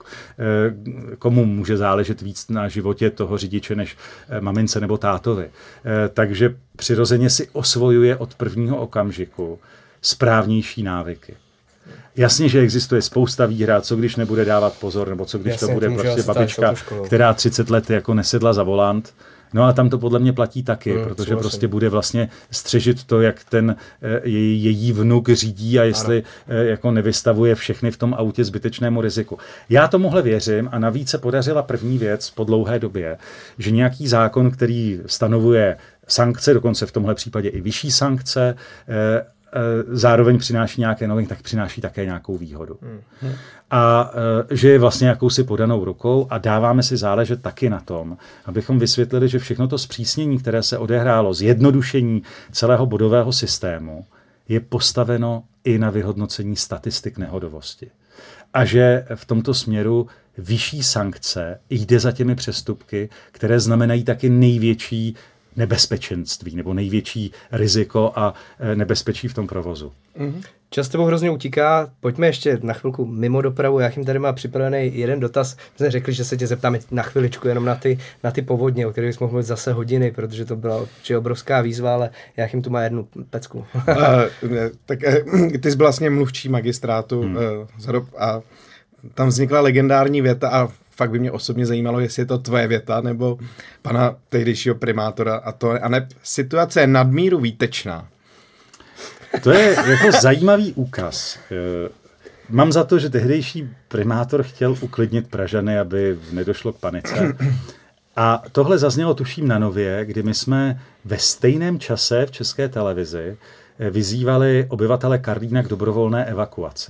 komu může záležet víc na životě toho řidiče než mamince nebo tátovi. Takže přirozeně si osvojuje od prvního okamžiku správnější návyky. Jasně, že existuje spousta výhrad, co když nebude dávat pozor, nebo co když to bude prostě babička, která 30 let jako nesedla za volant. No a tam to podle mě platí taky, protože prostě bude vlastně střežit to, jak ten její vnuk řídí a jestli jako nevystavuje všechny v tom autě zbytečnému riziku. Já tomuhle věřím a navíc se podařila první věc po dlouhé době, že nějaký zákon, který stanovuje sankce, dokonce v tomhle případě i vyšší sankce, zároveň přináší nějaké novinky, tak přináší také nějakou výhodu. A že je vlastně jakousi podanou rukou a dáváme si záležet taky na tom, abychom vysvětlili, že všechno to zpřísnění, které se odehrálo, zjednodušení celého bodového systému, je postaveno i na vyhodnocení statistik nehodovosti. A že v tomto směru vyšší sankce jde za těmi přestupky, které znamenají taky největší nebezpečenství nebo největší riziko a nebezpečí v tom provozu. Čas tebou hrozně utíká. Pojďme ještě na chvilku mimo dopravu. Jáchym tady má připravený jeden dotaz. My jsme řekli, že se tě zeptáme na chviličku jenom na ty povodně, o kterých jsme mohli mluvit zase hodiny, protože to byla obrovská výzva, ale Jáchym tu má jednu pecku. Tak ty jsi byl vlastně mluvčí magistrátu a tam vznikla legendární věta a fakt by mě osobně zajímalo, jestli je to tvoje věta, nebo pana tehdejšího primátora a ne, situace je nadmíru výtečná. To je jako zajímavý úkaz. Mám za to, že tehdejší primátor chtěl uklidnit Pražany, aby nedošlo k panice. A tohle zaznělo tuším na Nově, kdy my jsme ve stejném čase v České televizi vyzývali obyvatele Karlína k dobrovolné evakuaci.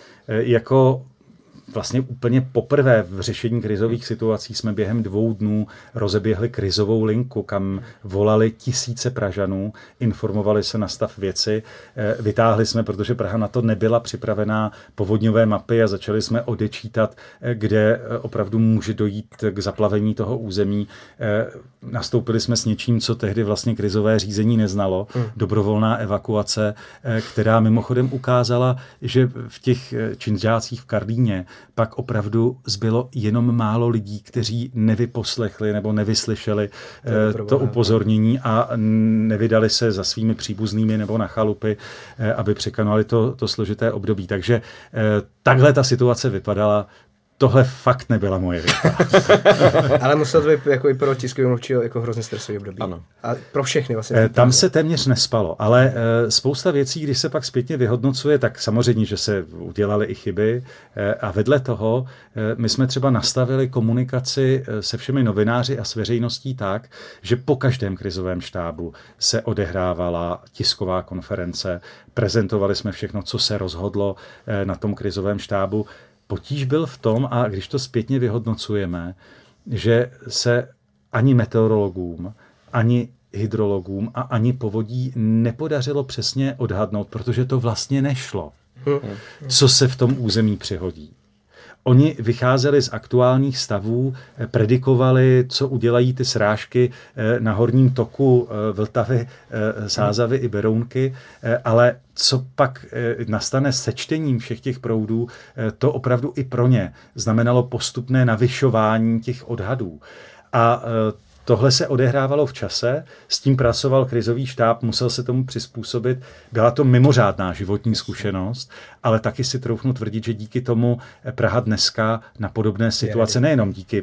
Jako vlastně úplně poprvé v řešení krizových situací jsme během 2 dnů rozeběhli krizovou linku, kam volali tisíce Pražanů, informovali se na stav věci, vytáhli jsme, protože Praha na to nebyla připravená, povodňové mapy a začali jsme odečítat, kde opravdu může dojít k zaplavení toho území. Nastoupili jsme s něčím, co tehdy vlastně krizové řízení neznalo, dobrovolná evakuace, která mimochodem ukázala, že v těch činžácích v Karlíně pak opravdu zbylo jenom málo lidí, kteří nevyposlechli nebo nevyslyšeli to upozornění a nevydali se za svými příbuznými nebo na chalupy, aby překonali to složité období. Takže takhle ta situace vypadala. Tohle fakt nebyla moje věta. Ale musel to být jako i pro tiskový mluvčího jako hrozně stresový období. Ano. A pro všechny vlastně. Tam se téměř nespalo, ale spousta věcí, když se pak zpětně vyhodnocuje, tak samozřejmě, že se udělaly i chyby a vedle toho my jsme třeba nastavili komunikaci se všemi novináři a s veřejností tak, že po každém krizovém štábu se odehrávala tisková konference, prezentovali jsme všechno, co se rozhodlo na tom krizovém štábu. Potíž byl v tom, a když to zpětně vyhodnocujeme, že se ani meteorologům, ani hydrologům a ani povodí nepodařilo přesně odhadnout, protože to vlastně nešlo, co se v tom území přihodí. Oni vycházeli z aktuálních stavů, predikovali, co udělají ty srážky na horním toku Vltavy, Sázavy i Berounky, ale co pak nastane s sečtením všech těch proudů, to opravdu i pro ně znamenalo postupné navyšování těch odhadů. A tohle se odehrávalo v čase, s tím pracoval krizový štáb, musel se tomu přizpůsobit. Byla to mimořádná životní zkušenost, ale taky si troufnu tvrdit, že díky tomu Praha dneska na podobné situace, nejenom díky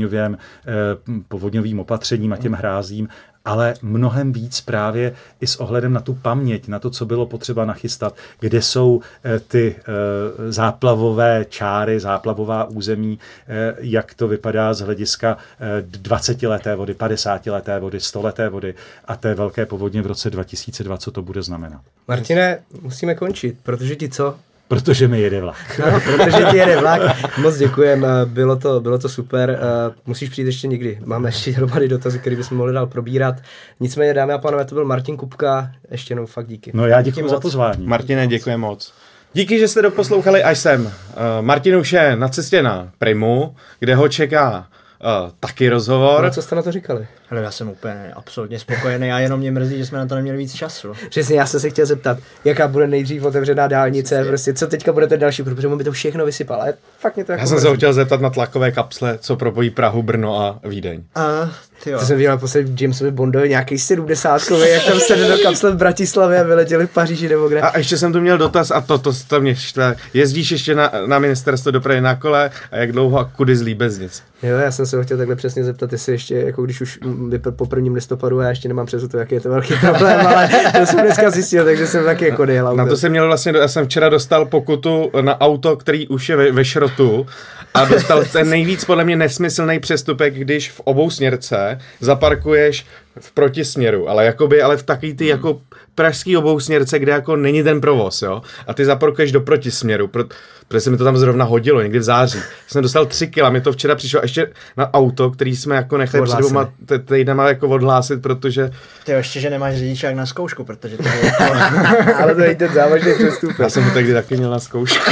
povodňovým opatřením a těm hrázím, ale mnohem víc právě i s ohledem na tu paměť, na to, co bylo potřeba nachystat, kde jsou ty záplavové čáry, záplavová území, jak to vypadá z hlediska 20leté vody, 50leté vody, 100leté vody a té velké povodně v roce 2002, co to bude znamenat. Martine, musíme končit, protože ti co? Protože mi jede vlak. No, protože ti jede vlak. Moc děkujem, bylo to super. Musíš přijít ještě někdy. Máme ještě hromady dotazů, které bychom mohli dál probírat. Nicméně, dámy a pánové, to byl Martin Kupka. Ještě jednou fakt díky. No já děkuji za pozvání. Martine, děkuji moc. Díky, že jste doposlouchali až sem. Martin už je na cestě na Primu, kde ho čeká taky rozhovor. No, co jste na to říkali? Ale já jsem úplně absolutně spokojený a jenom mě mrzí, že jsme na to neměli víc času. Přesně, já jsem se chtěl zeptat, jaká bude nejdřív otevřená dálnice, prostě co teďka bude ten další, protože mu by to všechno vysypal. Ale fakt mě to jako já jsem se chtěl zeptat na tlakové kapsle, co propojí Prahu, Brno a Vídeň. To jsem viděl poslední Jamesovi Bondovi nějaký 70, jak tam sedne do kapsle v Bratislavě a vyletěli v Paříži nebo kde. A ještě jsem tu měl dotaz a to mě štve. Jezdíš ještě na ministerstvo dopravy na kole a jak dlouho a kudy z Líbeznic? Jo, já jsem se ho chtěl takhle přesně zeptat, jestli ještě, jako když už po 1. listopadu a já ještě nemám přes to, jaký je to velký problém, ale to jsem dneska zjistil, takže jsem taky jako dejel. Na to jsem měl vlastně, já jsem včera dostal pokutu na auto, který už je ve šrotu a dostal ten nejvíc podle mě nesmyslný přestupek, když v obousměrce zaparkuješ v protisměru, ale v takový ty jako pražský obousměrce, kde jako není ten provoz, jo, a ty zaparkuješ do protisměru, protože se mi to tam zrovna hodilo, někdy v září. Jsem dostal 3 kila, mi to včera přišlo ještě na auto, který jsme jako nechali před 2 týdnama jako odhlásit, protože... Ty ještě, že nemáš řidičák na zkoušku, protože to je jako... Ale to je ten závažný přestupek. Já jsem to tehdy taky měl na zkoušku.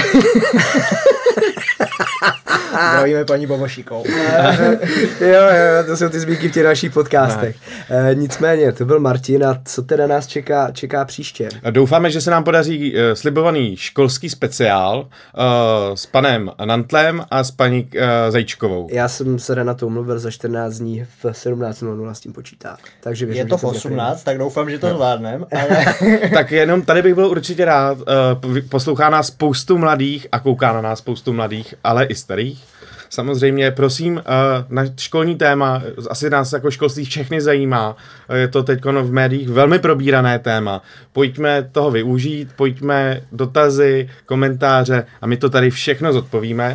Zdravíme paní Bobošíkou. jo, to jsou ty zmínky v těch dalších podcastech. Nicméně, to byl Martin a co teda nás čeká příště? Doufáme, že se nám podaří slibovaný školský speciál s panem Nantlem a s paní Zajíčkovou. Já jsem se na to umluvil za 14 dní v 17:00 s tím počítá. Takže věřím, je to v 18, tak doufám, že to zvládnem. Ale... tak jenom tady bych byl určitě rád. Poslouchá nás spoustu mladých a kouká na nás spoustu mladých, ale i starých. Samozřejmě, prosím, na školní téma, asi nás jako školství všechny zajímá, je to teď v médiích velmi probírané téma. Pojďme toho využít, pojďme dotazy, komentáře a my to tady všechno zodpovíme.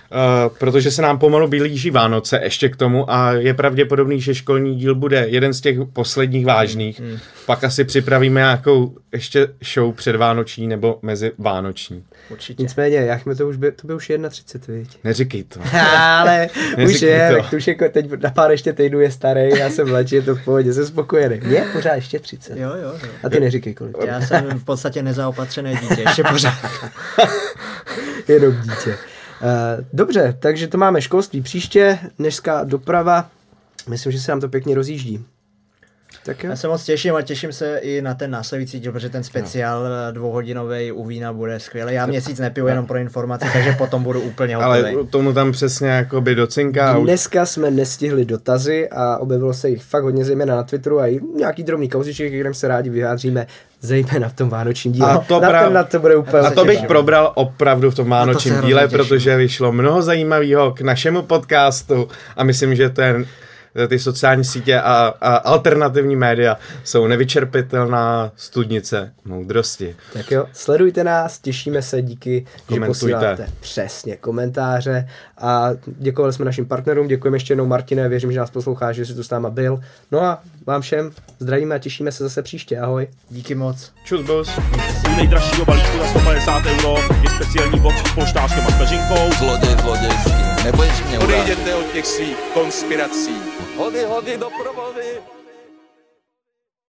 protože se nám pomalu blíží Vánoce ještě k tomu a je pravděpodobný, že školní díl bude jeden z těch posledních vážných. Pak asi připravíme nějakou ještě show předvánoční nebo mezivánoční. Určitě. Nicméně, jak jsme to by už 31, viď? Neříkej to. Ale už je, tak to už jako teď na pár ještě týdnů je starý, já jsem mladší, je to v pohodě, jsem spokojený. Mě pořád ještě 30. Jo. A ty neříkej kolik. Já jsem v podstatě nezaopatřené dítě, ještě pořád. Jenom dítě. Dobře, takže to máme školství příště, dneška doprava. Myslím, že se nám to pěkně rozjíždí. Tak jo. Já se moc těším a těším se i na ten následující díl, protože ten speciál 2hodinový u vína bude skvělý. Já měsíc nepiju jenom pro informaci, takže potom budu úplně hotový. Ale tomu tam přesně jakoby docinká. Dneska jsme nestihli dotazy a objevilo se jich fakt hodně, zejména na Twitteru a i nějaký drobný kauziček, kterým se rádi vyjádříme, zejména v tom vánočním díle. Na to bude úplně. A to bych probral opravdu v tom vánočním díle, protože vyšlo mnoho zajímavého k našemu podcastu a myslím, že to je ty sociální sítě a alternativní média jsou nevyčerpitelná studnice moudrosti. Tak jo, sledujte nás, těšíme se, díky, že posíláte přesně komentáře a děkovali jsme našim partnerům, děkujeme ještě jednou Martine, věřím, že nás posloucháš, že jsi tu s náma byl. No a vám všem zdravíme a těšíme se zase příště, ahoj. Díky moc. Čus boss. U nejdražšího balíčku za 150 € je speciální box s polštářkem a s peřinkou. Zlodějský. Nebudeš mě urážet. Odejděte od těch svých konspirací. Hody do provody.